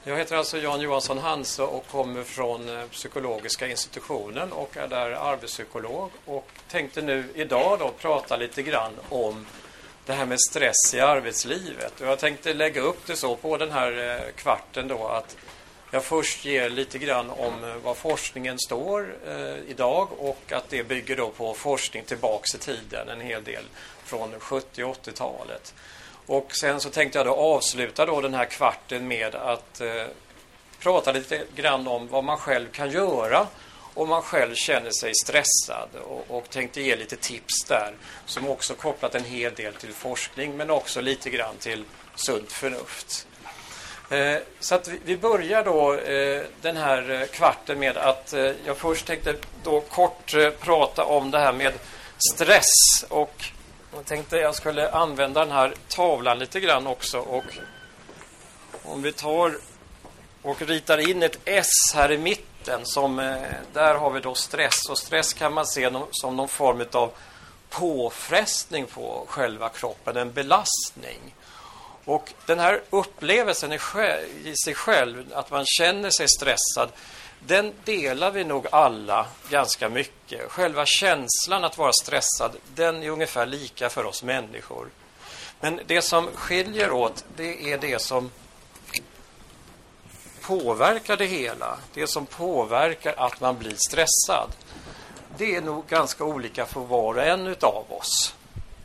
Jag heter alltså Jan Johansson Hanse och kommer från psykologiska institutionen och är där arbetspsykolog. Och tänkte nu idag då prata lite grann om det här med stress i arbetslivet. Och jag tänkte lägga upp det så på den här kvarten då att jag först ger lite grann om vad forskningen står idag och att det bygger då på forskning tillbaks i tiden en hel del från 70- och 80-talet. Och sen så tänkte jag då avsluta då den här kvarten med att prata lite grann om vad man själv kan göra om man själv känner sig stressad och tänkte ge lite tips där som också kopplat en hel del till forskning men också lite grann till sunt förnuft. Så att vi börjar då den här kvarten med att jag först tänkte då kort prata om det här med stress och jag tänkte jag skulle använda den här tavlan lite grann också och om vi tar och ritar in ett S här i mitten som där har vi då stress och stress kan man se som någon form av påfrestning på själva kroppen, en belastning. Och den här upplevelsen i sig själv, att man känner sig stressad, den delar vi nog alla ganska mycket. Själva känslan att vara stressad, den är ungefär lika för oss människor. Men det som skiljer åt, det är det som påverkar det hela. Det som påverkar att man blir stressad. Det är nog ganska olika för var och en utav oss.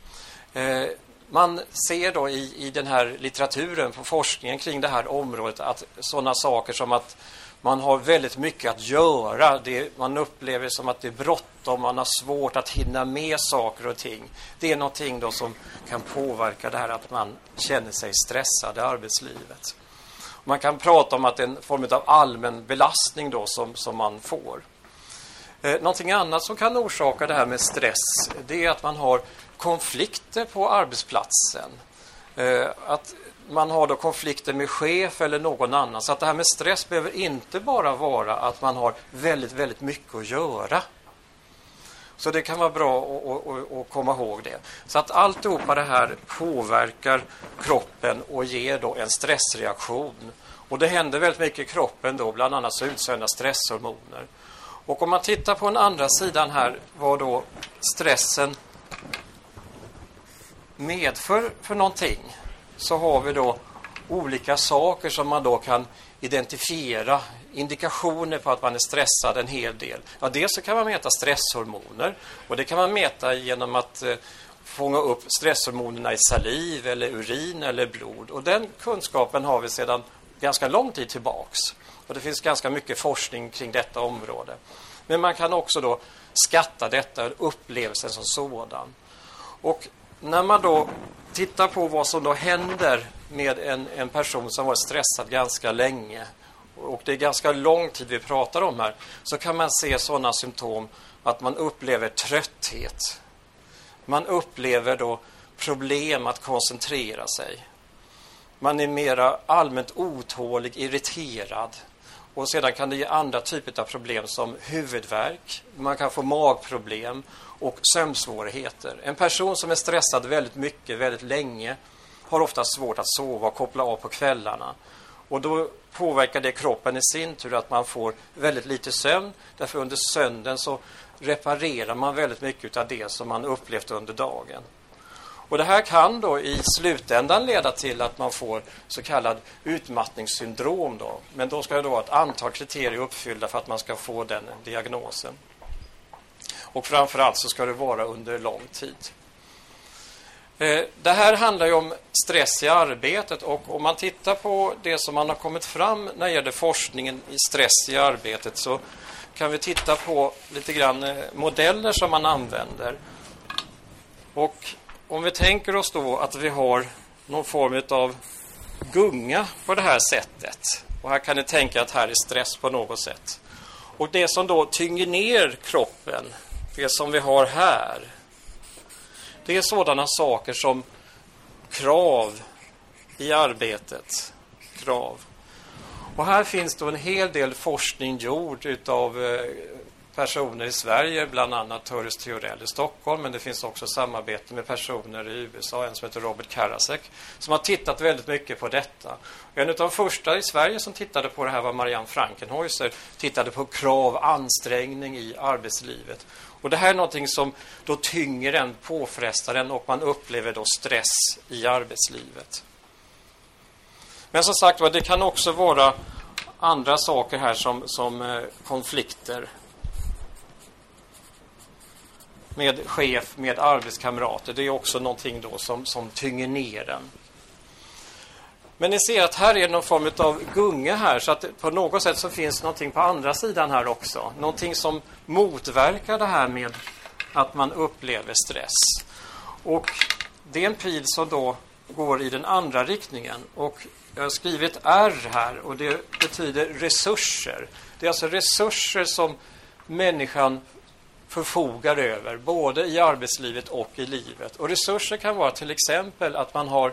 Man ser då i den här litteraturen på forskningen kring det här området att sådana saker som att man har väldigt mycket att göra. Man upplever som att det är bråttom, man har svårt att hinna med saker och ting. Det är någonting då som kan påverka det här att man känner sig stressad i arbetslivet. Man kan prata om att det är en form av allmän belastning då som man får. Någonting annat som kan orsaka det här med stress, det är att man har konflikter på arbetsplatsen. Att man har då konflikter med chef eller någon annan. Så att det här med stress behöver inte bara vara att man har väldigt, väldigt mycket att göra. Så det kan vara bra att komma ihåg det. Så att alltihopa det här påverkar kroppen och ger då en stressreaktion. Och det händer väldigt mycket i kroppen då, bland annat så utsöndras stresshormoner. Och om man tittar på den andra sidan här, vad då stressen medför för någonting, så har vi då olika saker som man då kan identifiera, indikationer på att man är stressad en hel del. Ja, dels så kan man mäta stresshormoner och det kan man mäta genom att fånga upp stresshormonerna i saliv eller urin eller blod. Och den kunskapen har vi sedan ganska lång tid tillbaks. Och det finns ganska mycket forskning kring detta område. Men man kan också då skatta detta, upplevelsen som sådan. Och när man då tittar på vad som då händer med en person som varit stressad ganska länge, och det är ganska lång tid vi pratar om här, så kan man se sådana symptom att man upplever trötthet. Man upplever då problem att koncentrera sig. Man är mera allmänt otålig, irriterad. Och sedan kan det ge andra typer av problem som huvudvärk, man kan få magproblem och sömnsvårigheter. En person som är stressad väldigt mycket, väldigt länge, har ofta svårt att sova och koppla av på kvällarna. Och då påverkar det kroppen i sin tur att man får väldigt lite sömn. Därför under sömnen så reparerar man väldigt mycket av det som man upplevt under dagen. Och det här kan då i slutändan leda till att man får så kallad utmattningssyndrom då. Men då ska det då ett antal kriterier uppfyllda för att man ska få den diagnosen. Och framförallt så ska det vara under lång tid. Det här handlar ju om stress i arbetet, och om man tittar på det som man har kommit fram när det gäller forskningen i stress i arbetet, så kan vi titta på lite grann modeller som man använder. Och om vi tänker oss då att vi har någon form av gunga på det här sättet, och här kan ni tänka att här är stress på något sätt. Och det som då tynger ner kroppen, det som vi har här, det är sådana saker som krav i arbetet. Krav. Och här finns då en hel del forskning gjord utav personer i Sverige, bland annat Töres Theorell i Stockholm, men det finns också samarbete med personer i USA, en som heter Robert Karasek, som har tittat väldigt mycket på detta. En av de första i Sverige som tittade på det här var Marianne Frankenhäuser, tittade på krav, ansträngning i arbetslivet. Och det här är någonting som då tynger en, påfrestar en, och man upplever då stress i arbetslivet. Men som sagt, det kan också vara andra saker här som konflikter med chef, med arbetskamrater. Det är också någonting då som tynger ner en. Men ni ser att här är någon form av gunga här, så att på något sätt så finns någonting på andra sidan här också. Någonting som motverkar det här med att man upplever stress. Och det är en pil som då går i den andra riktningen. Och jag har skrivit R här, och det betyder resurser. Det är alltså resurser som människan förfogar över, både i arbetslivet och i livet. Och resurser kan vara till exempel att man har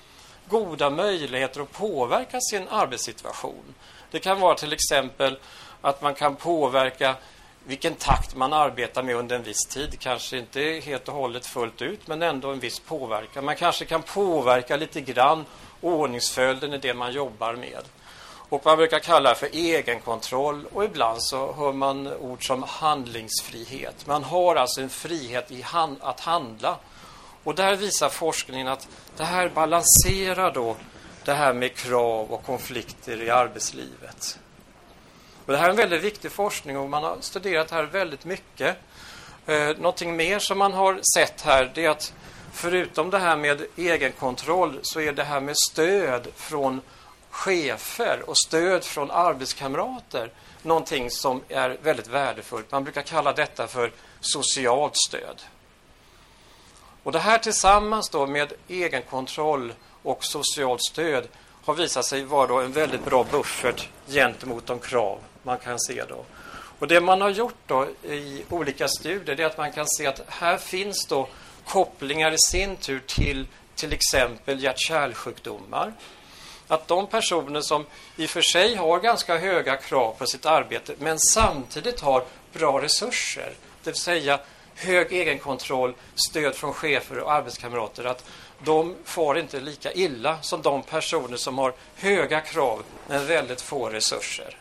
goda möjligheter att påverka sin arbetssituation. Det kan vara till exempel att man kan påverka vilken takt man arbetar med under en viss tid. Kanske inte helt och hållet fullt ut, men ändå en viss påverkan. Man kanske kan påverka lite grann ordningsföljden i det man jobbar med. Och man brukar kalla det för egenkontroll, och ibland så hör man ord som handlingsfrihet. Man har alltså en frihet att handla. Och där visar forskningen att det här balanserar då det här med krav och konflikter i arbetslivet. Och det här är en väldigt viktig forskning, och man har studerat det här väldigt mycket. Någonting mer som man har sett här, det är att förutom det här med egenkontroll så är det här med stöd från chefer och stöd från arbetskamrater någonting som är väldigt värdefullt. Man brukar kalla detta för socialt stöd. Och det här tillsammans då med egenkontroll och socialt stöd har visat sig vara då en väldigt bra buffert gentemot de krav man kan se då. Och det man har gjort då i olika studier är att man kan se att här finns då kopplingar i sin tur till exempel hjärt-kärlsjukdomar. Att de personer som i och för sig har ganska höga krav på sitt arbete men samtidigt har bra resurser, det vill säga hög egenkontroll, stöd från chefer och arbetskamrater, att de får inte lika illa som de personer som har höga krav men väldigt få resurser.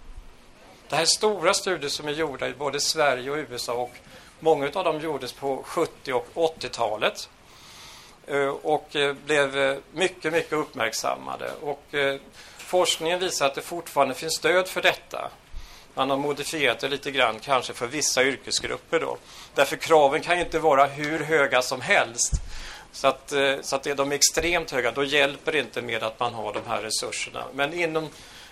Det här är stora studier som är gjorda i både Sverige och USA, och många av dem gjordes på 70- och 80-talet och blev mycket, mycket uppmärksammade. Och forskningen visar att det fortfarande finns stöd för detta. Man har modifierat det lite grann kanske för vissa yrkesgrupper då. Därför kraven kan ju inte vara hur höga som helst. Så att är de extremt höga, då hjälper det inte med att man har de här resurserna. Men inom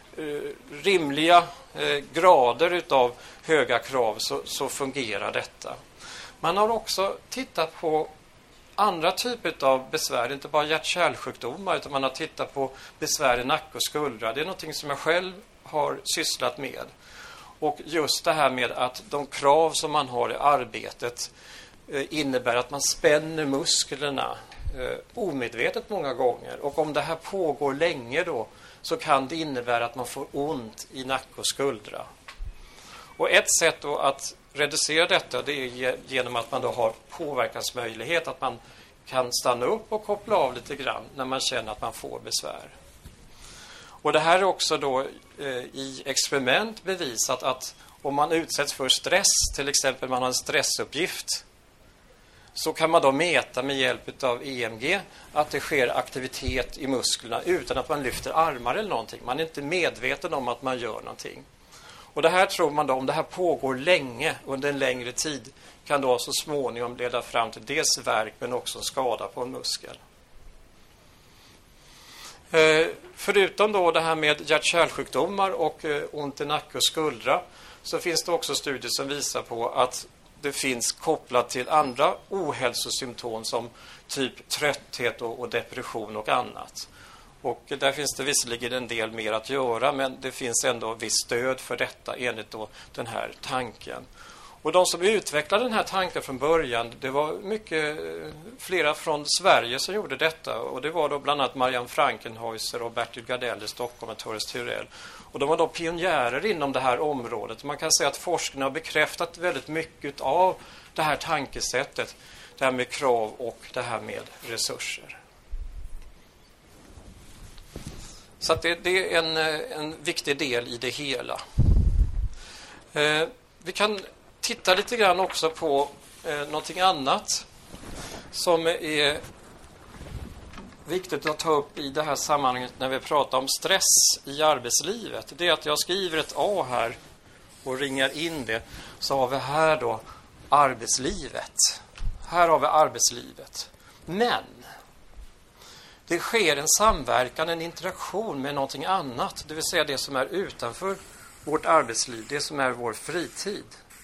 rimliga grader utav höga krav så fungerar detta. Man har också tittat på andra typer av besvär, inte bara hjärt-kärlsjukdomar, utan man har tittat på besvär i nacke och skuldra. Det är något som jag själv har sysslat med. Och just det här med att de krav som man har i arbetet innebär att man spänner musklerna omedvetet många gånger. Och om det här pågår länge då, så kan det innebära att man får ont i nacke och skuldra. Och ett sätt då att reducera detta, det är genom att man då har påverkansmöjlighet, att man kan stanna upp och koppla av lite grann när man känner att man får besvär. Och det här är också då i experiment bevisat att om man utsätts för stress, till exempel man har en stressuppgift, så kan man då mäta med hjälp av EMG att det sker aktivitet i musklerna utan att man lyfter armar eller någonting. Man är inte medveten om att man gör någonting. Och det här tror man då, om det här pågår länge, under en längre tid, kan då så småningom leda fram till dels värk men också skada på en muskel. Förutom då det här med hjärt-kärlsjukdomar och ont i nacke och skuldra, så finns det också studier som visar på att det finns kopplat till andra ohälsosymptom som typ trötthet och depression och annat. Och där finns det visserligen en del mer att göra, men det finns ändå viss stöd för detta enligt då den här tanken. Och de som utvecklade den här tanken från början, det var flera från Sverige som gjorde detta. Och det var då bland annat Marianne Frankenhäuser och Bertil Gardell i Stockholm och Torres Tyrell. Och de var då pionjärer inom det här området. Man kan säga att forskningen har bekräftat väldigt mycket av det här tankesättet. Det här med krav och det här med resurser. Så att det är en viktig del i det hela. Vi kan titta lite grann också på någonting annat som är viktigt att ta upp i det här sammanhanget när vi pratar om stress i arbetslivet. Det är att jag skriver ett A här och ringar in det. Så har vi här då arbetslivet. Här har vi arbetslivet. Men det sker en samverkan, en interaktion med någonting annat. Det vill säga det som är utanför vårt arbetsliv, det som är vår fritid.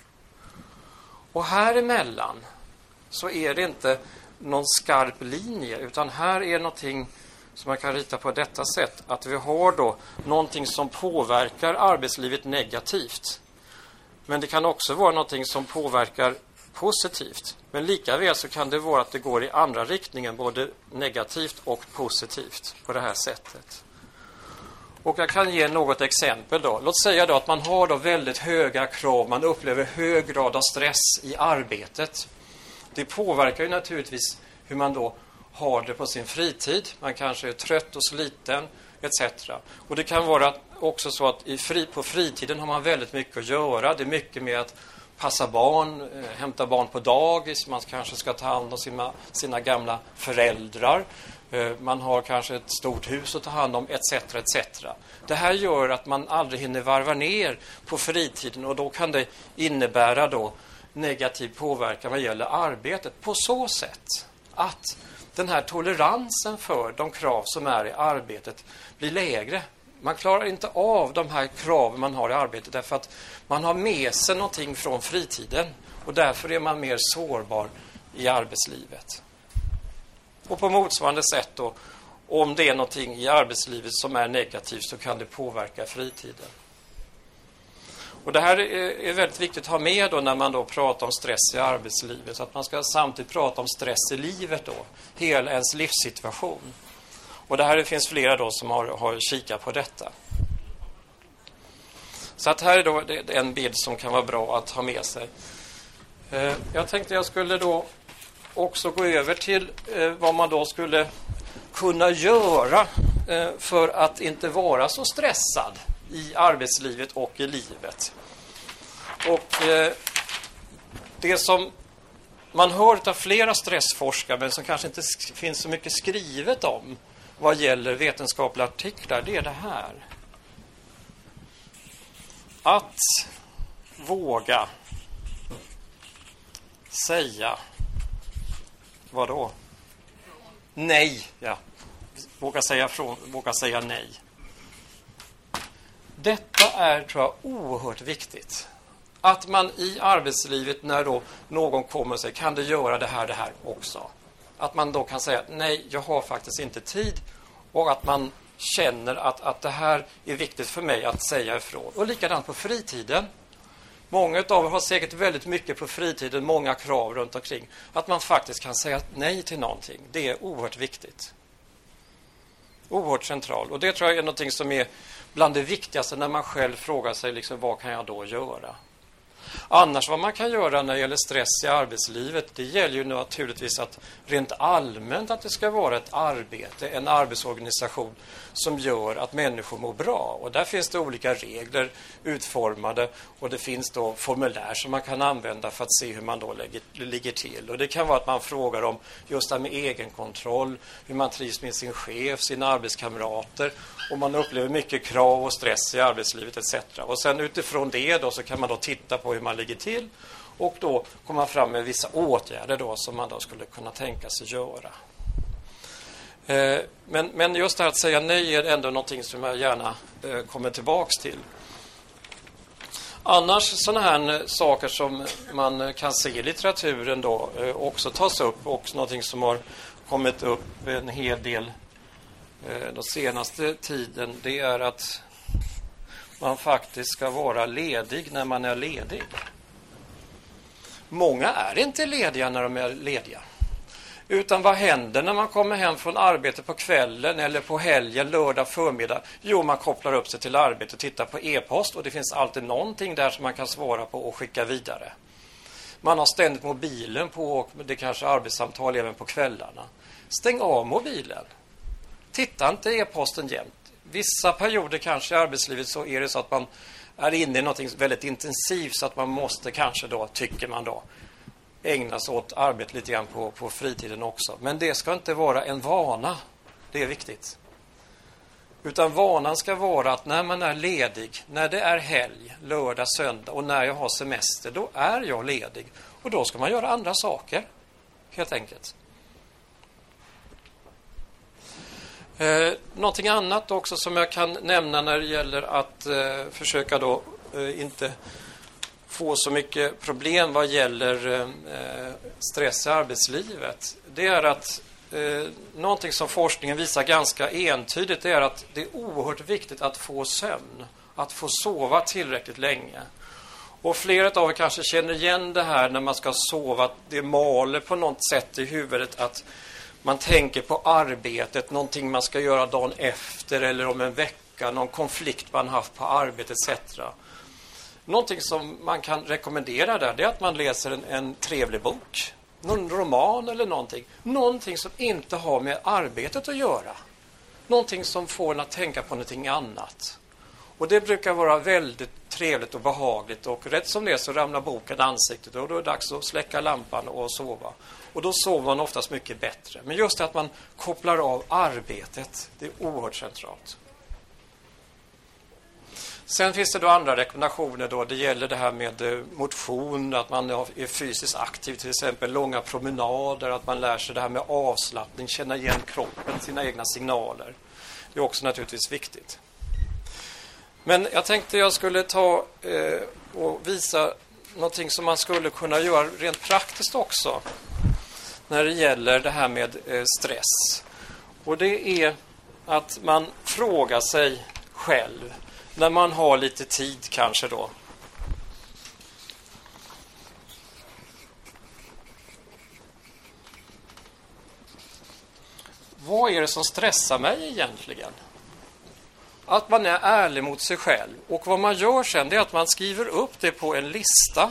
Och här emellan så är det inte någon skarp linje, utan här är någonting som man kan rita på detta sätt. Att vi har då någonting som påverkar arbetslivet negativt. Men det kan också vara någonting som påverkar positivt. Men lika väl så kan det vara att det går i andra riktningen, både negativt och positivt på det här sättet. Och jag kan ge något exempel då. Låt säga då att man har då väldigt höga krav, man upplever hög grad av stress i arbetet. Det påverkar ju naturligtvis hur man då har det på sin fritid. Man kanske är trött och sliten etc. Och det kan vara också så att på fritiden har man väldigt mycket att göra. Det är mycket med att passa barn, hämta barn på dagis. Man kanske ska ta hand om sina gamla föräldrar. Man har kanske ett stort hus att ta hand om etc. etc. Det här gör att man aldrig hinner varva ner på fritiden, och då kan det innebära då negativ påverkan vad gäller arbetet på så sätt att den här toleransen för de krav som är i arbetet blir lägre. Man klarar inte av de här kraven man har i arbetet därför att man har med sig någonting från fritiden, och därför är man mer sårbar i arbetslivet. Och på motsvarande sätt då, om det är någonting i arbetslivet som är negativt så kan det påverka fritiden. Och det här är väldigt viktigt att ha med då när man då pratar om stress i arbetslivet. Så att man ska samtidigt prata om stress i livet då, hela ens livssituation. Och det här finns flera då som har kikat på detta. Så att här är då en bild som kan vara bra att ha med sig. Jag tänkte jag skulle då också gå över till vad man då skulle kunna göra för att inte vara så stressad i arbetslivet och i livet. Och det som man hör av flera stressforskare, men som kanske inte finns så mycket skrivet om vad gäller vetenskapliga artiklar, det är det här. Att våga säga vad då? Nej, ja. Våga säga nej. Detta är, tror jag, oerhört viktigt. Att man i arbetslivet, när då någon kommer och säger, kan du göra det här också? Att man då kan säga, nej, jag har faktiskt inte tid. Och att man känner att det här är viktigt för mig att säga ifrån. Och likadant på fritiden. Många av er har säkert väldigt mycket på fritiden, många krav runt omkring. Att man faktiskt kan säga nej till någonting. Det är oerhört viktigt. Oerhört centralt. Och det tror jag är någonting som är bland det viktigaste när man själv frågar sig liksom, vad kan jag då göra? Annars vad man kan göra när det gäller stress i arbetslivet, det gäller ju naturligtvis att rent allmänt att det ska vara ett arbete, en arbetsorganisation som gör att människor mår bra. Och där finns det olika regler utformade, och det finns då formulär som man kan använda för att se hur man då ligger till. Och det kan vara att man frågar om just det med egenkontroll, hur man trivs med sin chef, sina arbetskamrater, om man upplever mycket krav och stress i arbetslivet etc. Och sen utifrån det då så kan man då titta på hur man ligger till, och då kommer fram med vissa åtgärder då som man då skulle kunna tänka sig göra. Men just det här att säga nej är ändå någonting som jag gärna kommer tillbaks till. Annars sådana här saker som man kan se i litteraturen då också tas upp, och någonting som har kommit upp en hel del den senaste tiden, det är att man faktiskt ska vara ledig när man är ledig. Många är inte lediga när de är lediga. Utan vad händer när man kommer hem från arbetet på kvällen eller på helgen, lördag förmiddag? Jo, man kopplar upp sig till arbetet och tittar på e-post och det finns alltid någonting där som man kan svara på och skicka vidare. Man har ständigt mobilen på och det kanske är arbetssamtal även på kvällarna. Stäng av mobilen. Titta inte e-posten jämt. Vissa perioder kanske i arbetslivet så är det så att man är inne i något väldigt intensivt så att man måste kanske då, tycker man då, ägna sig åt arbete lite grann på fritiden också. Men det ska inte vara en vana. Det är viktigt. Utan vanan ska vara att när man är ledig, när det är helg, lördag, söndag och när jag har semester, då är jag ledig. Och då ska man göra andra saker, helt enkelt. Någonting annat också som jag kan nämna när det gäller att försöka då inte få så mycket problem vad gäller stress i arbetslivet. Det är att någonting som forskningen visar ganska entydigt är att det är oerhört viktigt att få sömn. Att få sova tillräckligt länge. Och flera av er kanske känner igen det här när man ska sova. Det maler på något sätt i huvudet att man tänker på arbetet, någonting man ska göra dagen efter eller om en vecka, någon konflikt man haft på arbetet etc. Någonting som man kan rekommendera där, det är att man läser en trevlig bok. Någon roman eller någonting. Någonting som inte har med arbetet att göra. Någonting som får en att tänka på någonting annat. Och det brukar vara väldigt trevligt och behagligt. Och rätt som det är så ramlar boken i ansiktet och då är det dags att släcka lampan och sova. Och då sover man oftast mycket bättre. Men just att man kopplar av arbetet, det är oerhört centralt. Sen finns det då andra rekommendationer då. Det gäller det här med motion, att man är fysiskt aktiv, till exempel långa promenader, att man lär sig det här med avslappning, känna igen kroppen, sina egna signaler. Det är också naturligtvis viktigt. Men jag tänkte jag skulle ta och visa någonting som man skulle kunna göra rent praktiskt också när det gäller det här med stress. Och det är att man frågar sig själv när man har lite tid kanske då. Vad är det som stressar mig egentligen? Att man är ärlig mot sig själv. Och vad man gör sen är att man skriver upp det på en lista.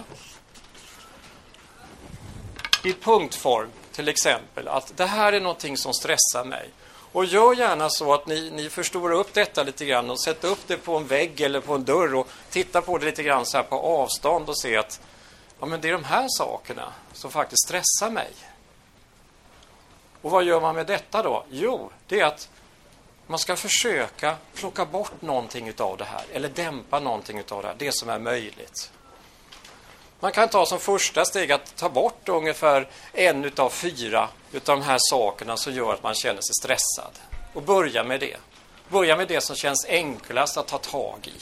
I punktform till exempel. Att det här är någonting som stressar mig. Och gör gärna så att ni förstorar upp detta lite grann och sätter upp det på en vägg eller på en dörr och tittar på det lite grann så här på avstånd och ser att ja, men det är de här sakerna som faktiskt stressar mig. Och vad gör man med detta då? Jo, det är att man ska försöka plocka bort någonting utav det här eller dämpa någonting utav det här, det som är möjligt. Man kan ta som första steg att ta bort ungefär 1 utav 4 utav de här sakerna som gör att man känner sig stressad. Och börja med det. Börja med det som känns enklast att ta tag i.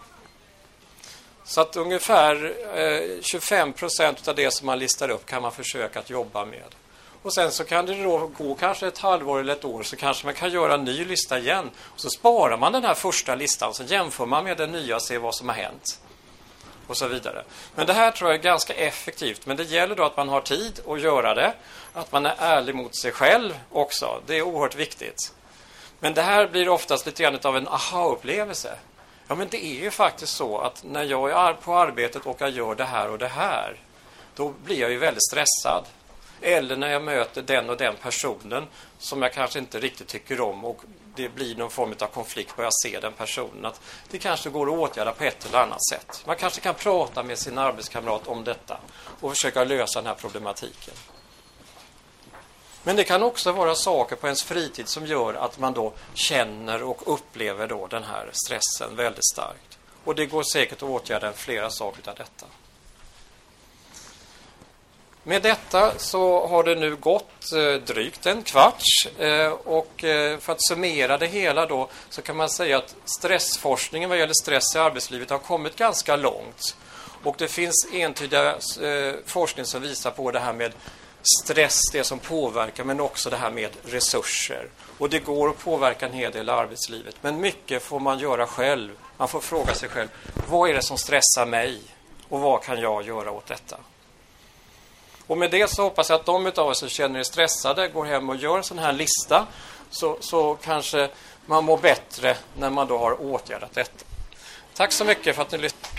Så att ungefär 25% av det som man listar upp kan man försöka att jobba med. Och sen så kan det då gå kanske ett halvår eller ett år så kanske man kan göra en ny lista igen. Och så sparar man den här första listan så jämför man med den nya och ser vad som har hänt. Och så vidare. Men det här tror jag är ganska effektivt. Men det gäller då att man har tid att göra det. Att man är ärlig mot sig själv också. Det är oerhört viktigt. Men det här blir oftast lite grann av en aha-upplevelse. Ja, men det är ju faktiskt så att när jag är på arbetet och jag gör det här och det här, då blir jag ju väldigt stressad. Eller när jag möter den och den personen som jag kanske inte riktigt tycker om och det blir någon form av konflikt och jag ser den personen, att det kanske går att åtgärda på ett eller annat sätt. Man kanske kan prata med sin arbetskamrat om detta och försöka lösa den här problematiken. Men det kan också vara saker på ens fritid som gör att man då känner och upplever då den här stressen väldigt starkt. Och det går säkert att åtgärda flera saker av detta. Med detta så har det nu gått drygt en kvarts och för att summera det hela då så kan man säga att stressforskningen vad gäller stress i arbetslivet har kommit ganska långt. Och det finns entydiga forskning som visar på det här med stress, det som påverkar, men också det här med resurser. Och det går att påverka en hel del i arbetslivet, men mycket får man göra själv. Man får fråga sig själv, vad är det som stressar mig och vad kan jag göra åt detta? Och med det så hoppas jag att de utav oss som känner er stressade går hem och gör en sån här lista, så kanske man mår bättre när man då har åtgärdat detta. Tack så mycket för att ni lyssnade.